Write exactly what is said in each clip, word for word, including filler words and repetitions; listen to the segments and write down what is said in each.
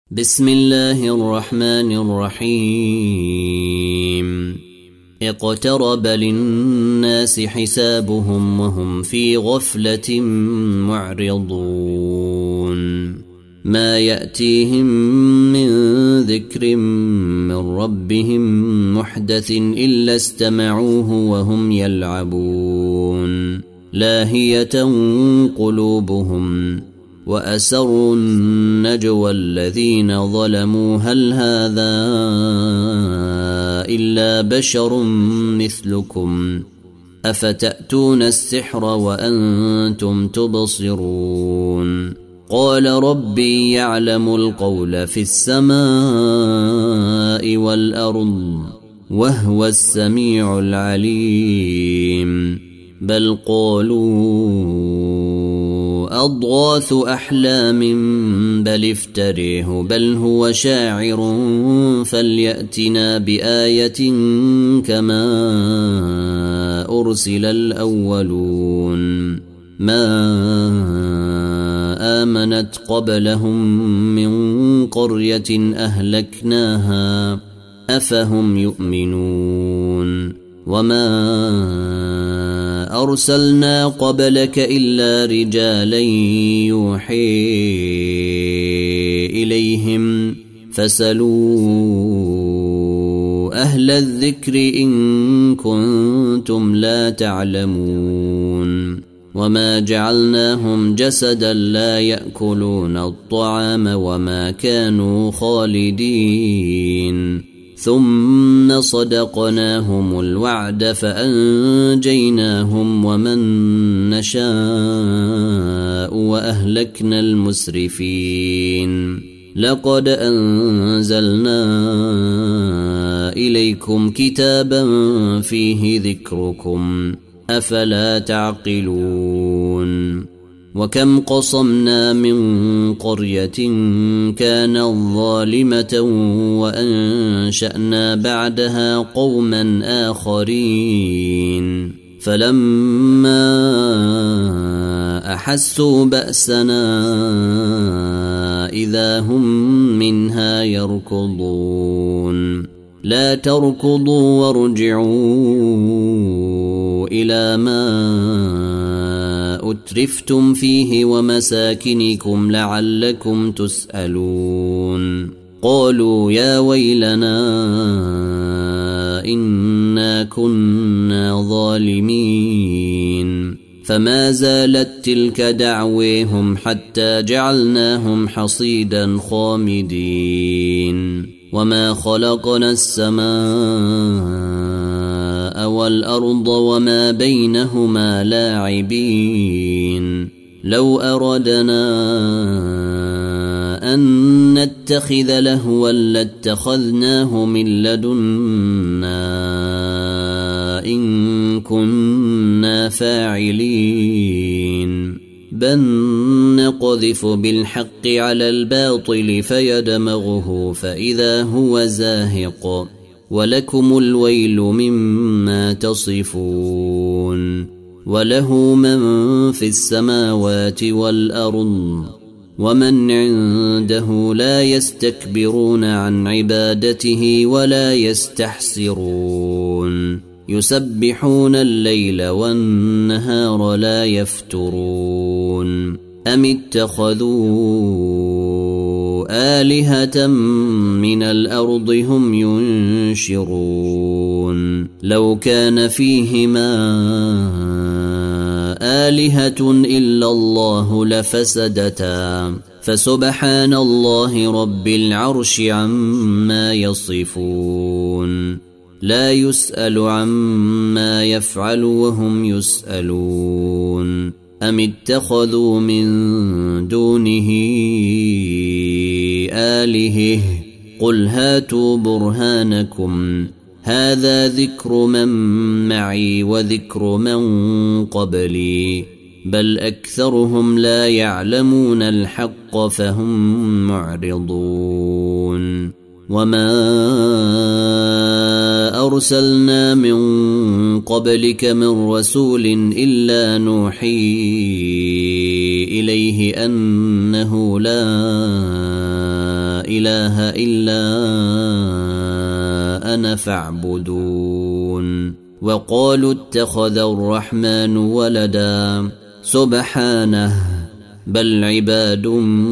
بسم الله الرحمن الرحيم اقترب للناس حسابهم وهم في غفلة معرضون ما يأتيهم من ذكر من ربهم محدث إلا استمعوه وهم يلعبون لاهية قلوبهم وأسروا النجوى الذين ظلموا هل هذا إلا بشر مثلكم أفتأتون السحر وأنتم تبصرون قال ربي يعلم القول في السماء والأرض وهو السميع العليم بل قالوا أضغاث أحلام بل افتريه بل هو شاعر فليأتنا بآية كما أرسل الأولون ما آمنت قبلهم من قرية أهلكناها أفهم يؤمنون وما أرسلنا قبلك إلا رجالا يوحي إليهم فاسألوا أهل الذكر إن كنتم لا تعلمون وما جعلناهم جسدا لا يأكلون الطعام وما كانوا خالدين ثم صدقناهم الوعد فأنجيناهم ومن نشاء وأهلكنا المسرفين لقد أنزلنا إليكم كتابا فيه ذكركم أفلا تعقلون وكم قصمنا من قرية كانت ظالمة وأنشأنا بعدها قوما آخرين فلما أحسوا بأسنا إذا هم منها يركضون لا تركضوا وارجعوا إلى ما أترفتم فيه ومساكنكم لعلكم تسألون قالوا يا ويلنا إنا كنا ظالمين فما زالت تلك دعويهم حتى جعلناهم حصيدا خامدين وما خلقنا السماء والأرض وما بينهما لاعبين لو أردنا أن نتخذ لهوا لاتخذناه من لدنا إن كنا فاعلين بل نقذف بالحق على الباطل فيدمغه فإذا هو زاهق ولكم الويل مما تصفون وله من في السماوات والأرض ومن عنده لا يستكبرون عن عبادته ولا يستحسرون يسبحون الليل والنهار لا يفترون أم اتخذوا آلهة من الأرض هم ينشرون لو كان فيهما آلهة إلا الله لفسدتا فسبحان الله رب العرش عما يصفون لا يسأل عما يفعل وهم يسألون أم اتخذوا من دونه آلهة قل هاتوا برهانكم هذا ذكر من معي وذكر من قبلي بل أكثرهم لا يعلمون الحق فهم معرضون وما أرسلنا من قبلك من رسول إلا نوحي إليه أنه لا إله إلا أنا فاعبدون وقالوا اتخذ الرحمن ولدا سبحانه بل عباد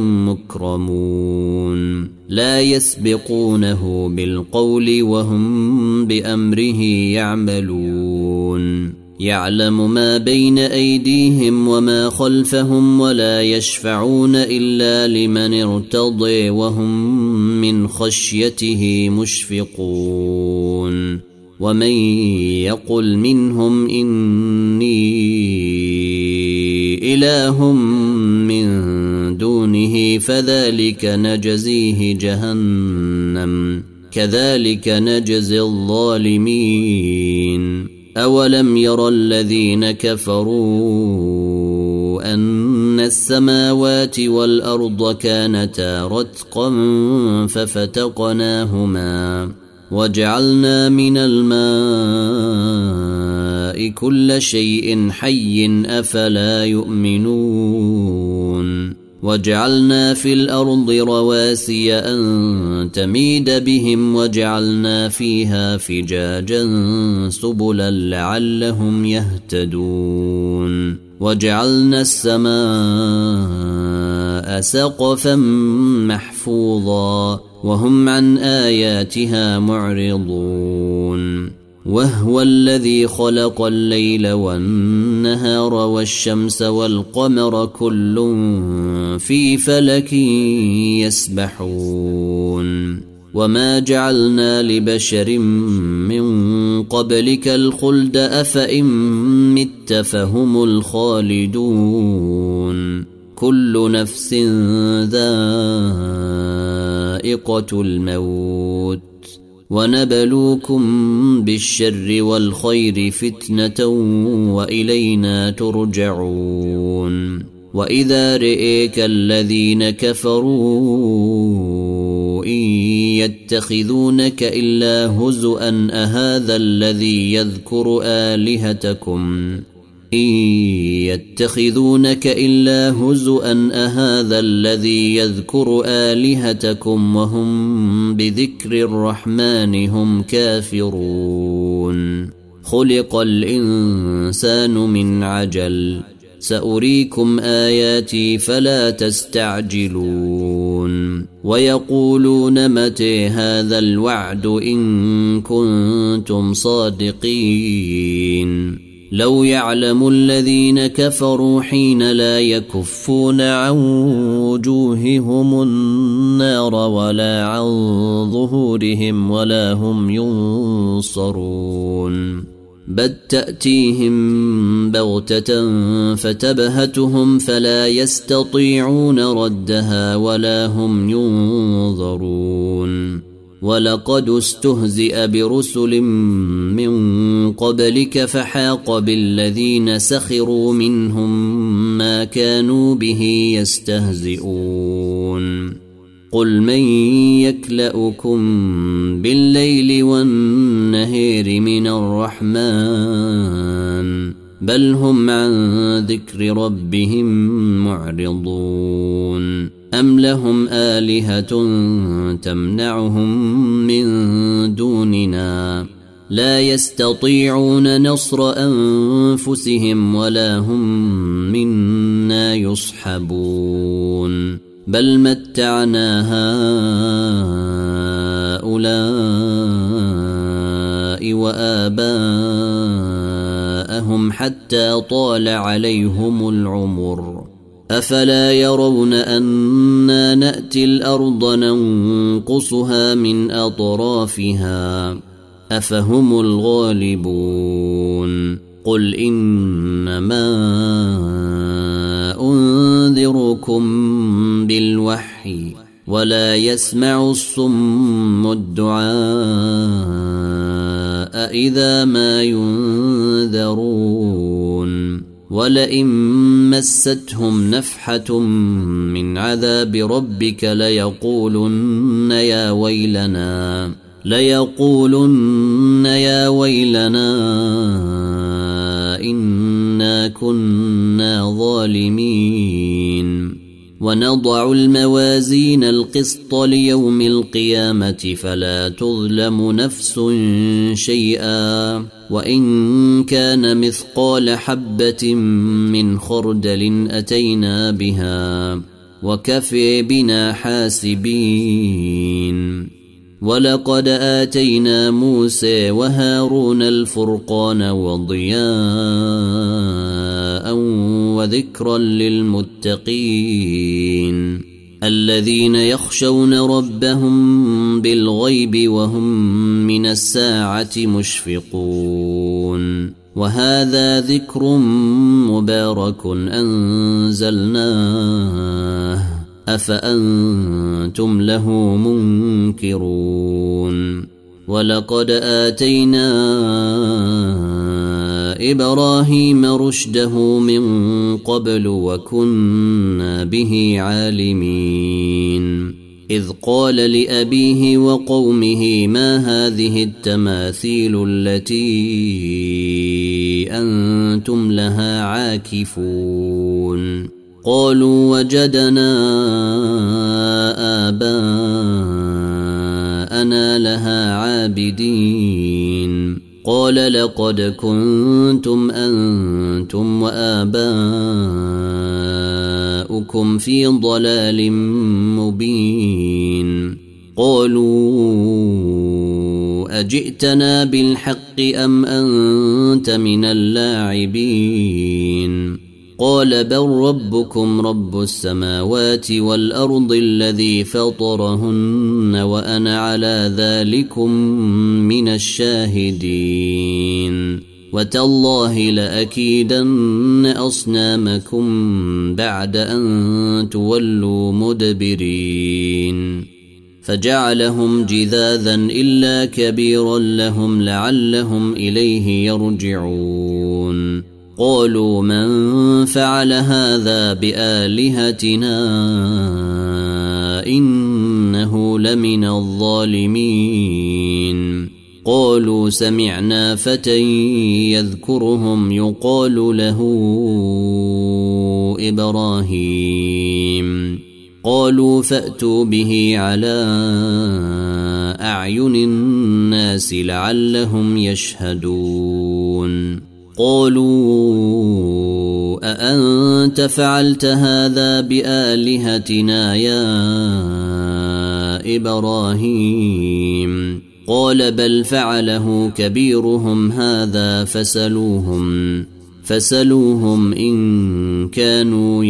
مكرمون لا يسبقونه بالقول وهم بأمره يعملون يعلم ما بين أيديهم وما خلفهم ولا يشفعون إلا لمن ارتضي وهم من خشيته مشفقون ومن يقل منهم إني إله من دونه فذلك نجزيه جهنم كذلك نجزي الظالمين أولم ير الذين كفروا أن السماوات والأرض كانتا رتقا ففتقناهما وجعلنا من الماء كل شيء حي أفلا يؤمنون وجعلنا في الأرض رواسي أن تميد بهم وجعلنا فيها فجاجا سبلا لعلهم يهتدون وجعلنا السماء سقفا محفوظا وهم عن آياتها معرضون وهو الذي خلق الليل والنهار والشمس والقمر كل في فلك يسبحون وما جعلنا لبشر من قبلك الخلد أفإن مت فهم الخالدون كل نفس ذائقة الموت ونبلوكم بالشر والخير فتنة وإلينا ترجعون وإذا رئيك الذين كفروا إن يتخذونك إلا هزؤا أهذا الذي يذكر آلهتكم إن يتخذونك إلا هزؤا أهذا الذي يذكر آلهتكم وهم بذكر الرحمن هم كافرون خلق الإنسان من عجل سأريكم آياتي فلا تستعجلون ويقولون متى هذا الوعد إن كنتم صادقين لو يعلم الذين كفروا حين لا يكفون عن وجوههم النار ولا عن ظهورهم ولا هم ينصرون بل تأتيهم بغتة فتبهتهم فلا يستطيعون ردها ولا هم ينظرون ولقد استهزئ برسل من قبلك فحاق بالذين سخروا منهم ما كانوا به يستهزئون قل من يكلؤكم بالليل والنهار من الرحمن بل هم عن ذكر ربهم معرضون أم لهم آلهة تمنعهم من دوننا لا يستطيعون نصر أنفسهم ولا هم منا يصحبون بل متعنا هؤلاء وآباءهم حتى طال عليهم العمر أفلا يرون أنا نأتي الأرض ننقصها من أطرافها أفهم الغالبون قل إنما أنذركم بالوحي ولا يسمع الصم الدعاء إذا ما ينذرون ولئن مستهم نفحة من عذاب ربك ليقولن يا ويلنا ليقولن يا ويلنا إنا كنا ظالمين ونضع الموازين القسط ليوم القيامة فلا تظلم نفس شيئا وإن كان مثقال حبة من خردل أتينا بها وكفي بنا حاسبين. ولقد آتينا موسى وهارون الفرقان وضياء وذكرا للمتقين الذين يخشون ربهم بالغيب وهم من الساعة مشفقون. وهذا ذكر مبارك أنزلناه أفأنتم له منكرون. ولقد آتينا إبراهيم رشده من قبل وكنا به عالمين إذ قال لأبيه وقومه ما هذه التماثيل التي أنتم لها عاكفون قالوا وجدنا آباءنا لها عابدين قال لقد كنتم أنتم وآباؤكم في ضلال مبين. قالوا أجئتنا بالحق أم أنت من اللاعبين قال بل ربكم رب السماوات والأرض الذي فطرهن وأنا على ذلكم من الشاهدين. وتالله لأكيدن أصنامكم بعد أن تولوا مدبرين. فجعلهم جذاذا إلا كبيرا لهم لعلهم إليه يرجعون. قالوا من فعل هذا بآلهتنا إنه لمن الظالمين. قالوا سمعنا فتى يذكرهم يقال له إبراهيم قالوا فأتوا به على أعين الناس لعلهم يشهدون. قالوا أأنت فعلت هذا بآلهتنا يا إبراهيم قال بل فعله كبيرهم هذا فسلوهم فسلوهم إن كانوا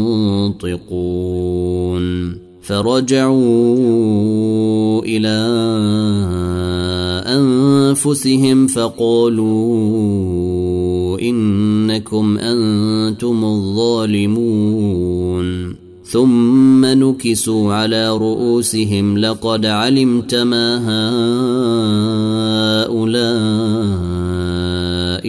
ينطقون. فرجعوا إلى أنفسهم فقالوا إنكم أنتم الظالمون. ثم نكسوا على رؤوسهم لقد علمت ما هؤلاء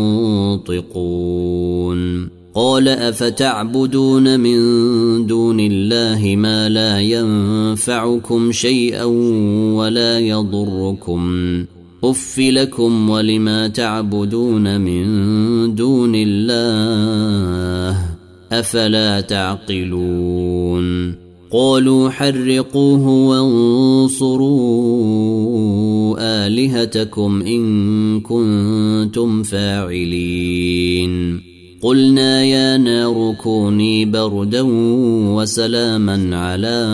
ينطقون. قال أفتعبدون من دون الله ما لا ينفعكم شيئا ولا يضركم أف لكم ولما تعبدون من دون الله أفلا تعقلون. قالوا حرقوه وانصروا آلهتكم إن كنتم فاعلين. قلنا يا نار كوني بردا وسلاما على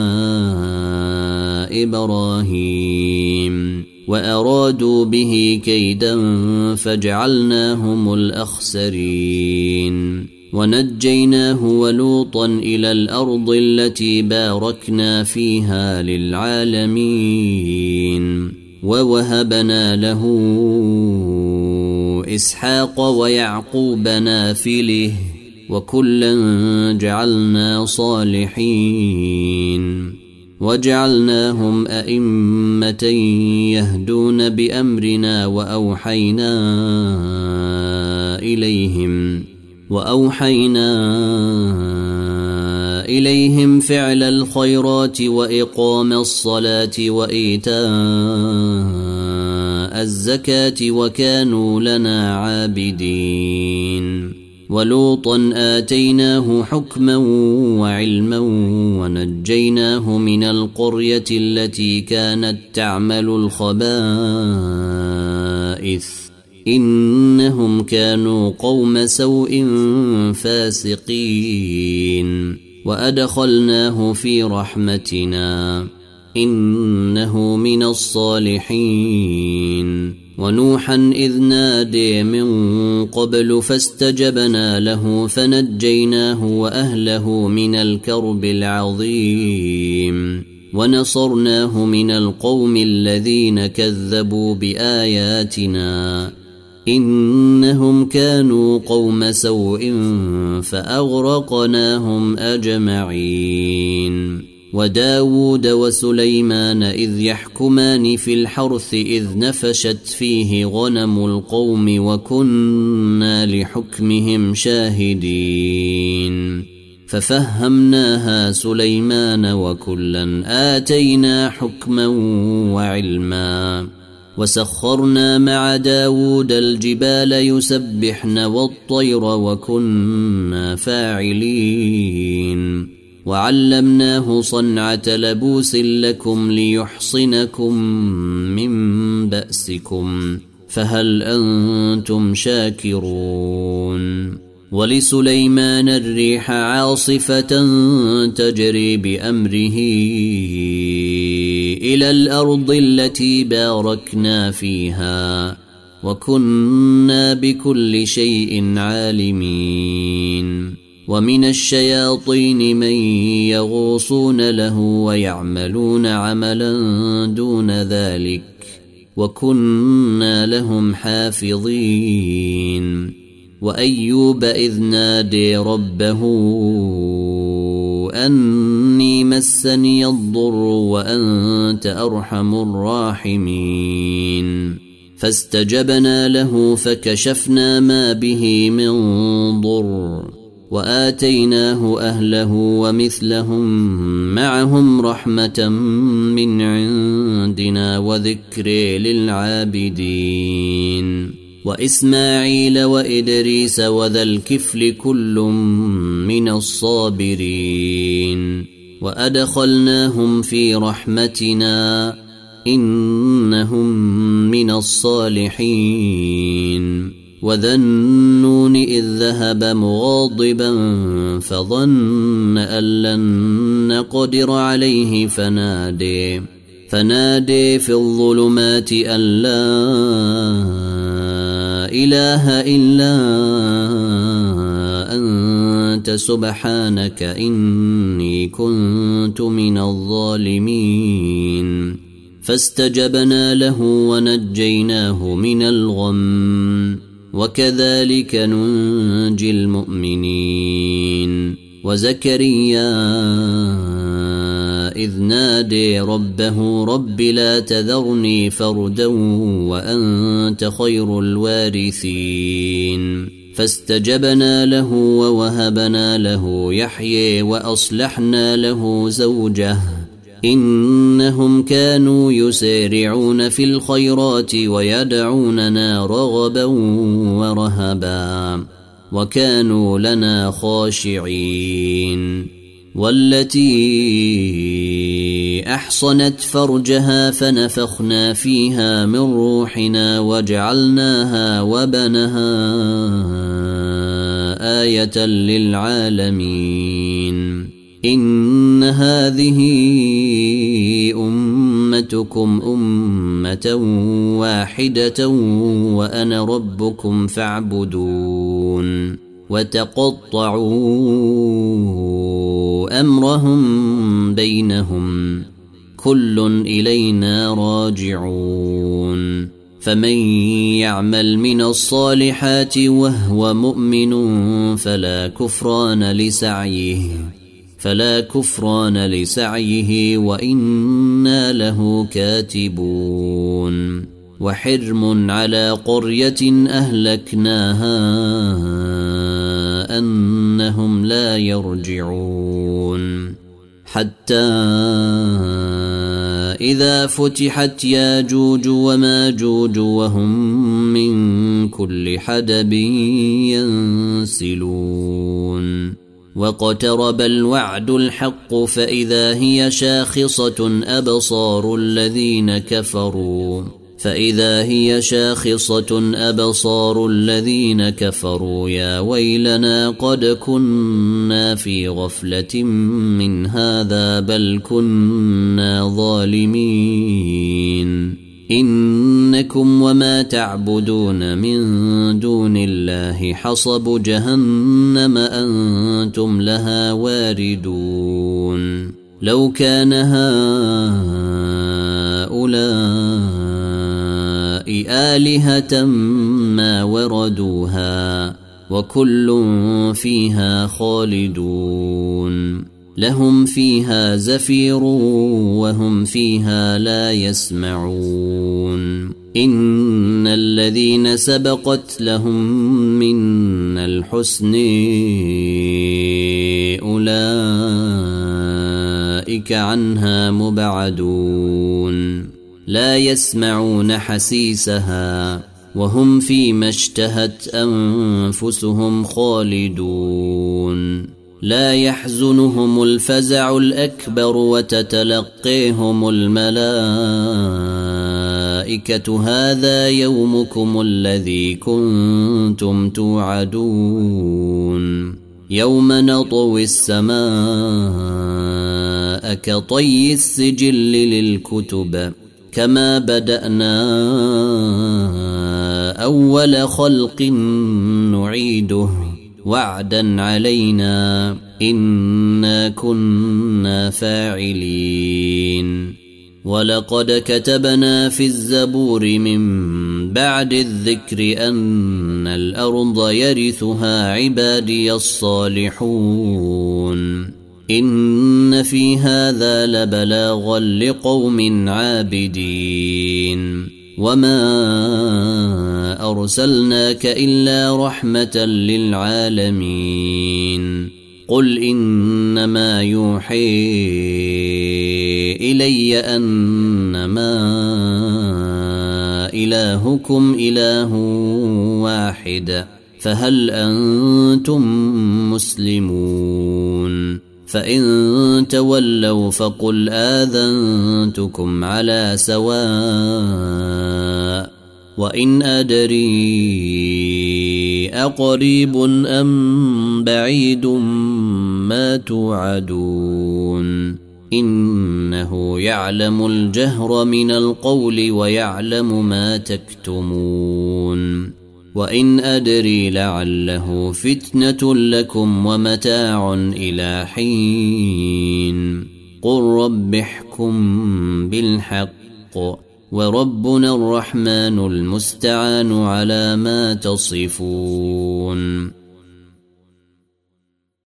إبراهيم وأرادوا به كيدا فجعلناهم الأخسرين. ونجيناه ولوطا إلى الأرض التي باركنا فيها للعالمين ووهبنا له إسحاق ويعقوب نافله وكلا جعلنا صالحين وجعلناهم أئمة يهدون بأمرنا وأوحينا إليهم وأوحينا إليهم فعل الخيرات وإقام الصلاة وإيتاء الزكاة وكانوا لنا عابدين. ولوطا آتيناه حكما وعلما ونجيناه من القرية التي كانت تعمل الخبائث إنهم كانوا قوم سوء فاسقين وأدخلناه في رحمتنا إنه من الصالحين ونوحا إذ نادي من قبل فاستجبنا له فنجيناه وأهله من الكرب العظيم ونصرناه من القوم الذين كذبوا بآياتنا إنهم كانوا قوم سوء فأغرقناهم أجمعين وداود وسليمان إذ يحكمان في الحرث إذ نفشت فيه غنم القوم وكنا لحكمهم شاهدين ففهمناها سليمان وكلا آتينا حكما وعلما وسخرنا مع داود الجبال يسبحن والطير وكنا فاعلين وعلمناه صنعة لبوس لكم ليحصنكم من بأسكم فهل أنتم شاكرون ولسليمان الريح عاصفة تجري بأمره إلى الأرض التي باركنا فيها وكنا بكل شيء عالمين ومن الشياطين من يغوصون له ويعملون عملا دون ذلك وكنا لهم حافظين وأيوب إذ نادي ربه أني مسني الضر وأنت أرحم الراحمين فاستجبنا له فكشفنا ما به من ضر وآتيناه أهله ومثلهم معهم رحمة من عندنا وذكر للعابدين وإسماعيل وإدريس وذا الكفل كل من الصابرين وأدخلناهم في رحمتنا إنهم من الصالحين وذا النون إذ ذهب مغاضبا فظن أن لن نقدر عليه فنادي فنادي في الظلمات أن لا إله إلا أنت سبحانك إني كنت من الظالمين فاستجبنا له ونجيناه من الغم وكذلك ننجي المؤمنين وزكريا إذ نادي ربه رب لا تذرني فردا وأنت خير الوارثين فاستجبنا له ووهبنا له يحيى وأصلحنا له زوجه إنهم كانوا يسارعون في الخيرات ويدعوننا رغبا ورهبا وكانوا لنا خاشعين والتي أحصنت فرجها فنفخنا فيها من روحنا وجعلناها وبنها آية للعالمين إن هذه أمتكم أمة واحدة وأنا ربكم فاعبدون وتقطعوا أمرهم بينهم كل إلينا راجعون فمن يعمل من الصالحات وهو مؤمن فلا كفران لسعيه فلا كفران لسعيه وإنا له كاتبون وحرم على قرية أهلكناها أنهم لا يرجعون حتى فإذا فتحت ياجوج وماجوج وهم من كل حدب ينسلون واقترب الوعد الحق فإذا هي شاخصة أبصار الذين كفروا فإذا هي شاخصة أبصار الذين كفروا يا ويلنا قد كنا في غفلة من هذا بل كنا ظالمين إنكم وما تعبدون من دون الله حصب جهنم أنتم لها واردون لو كان هؤلاء آلهة ما وردوها وكل فيها خالدون لهم فيها زفير وهم فيها لا يسمعون إن الذين سبقت لهم من الحسن أولئك عنها مبعدون لا يسمعون حسيسها وهم فيما اشتهت أنفسهم خالدون لا يحزنهم الفزع الأكبر وتتلقيهم الملائكة هذا يومكم الذي كنتم توعدون يوم نطوي السماء كطي السجل للكتب كما بدأنا أول خلق نعيده وعدا علينا إنا كنا فاعلين ولقد كتبنا في الزبور من بعد الذكر أن الأرض يرثها عبادي الصالحون إن في هذا لبلاغا لقوم عابدين وما أرسلناك إلا رحمة للعالمين قل إنما يوحي إلي أنما إلهكم إله واحد فهل أنتم مسلمون فإن تولوا فقل آذنتكم على سواء وإن أدري أقريب أم بعيد ما توعدون إنه يعلم الجهر من القول ويعلم ما تكتمون وإن أدري لعله فتنة لكم ومتاع إلى حين قل رب احكم بالحق وربنا الرحمن المستعان على ما تصفون.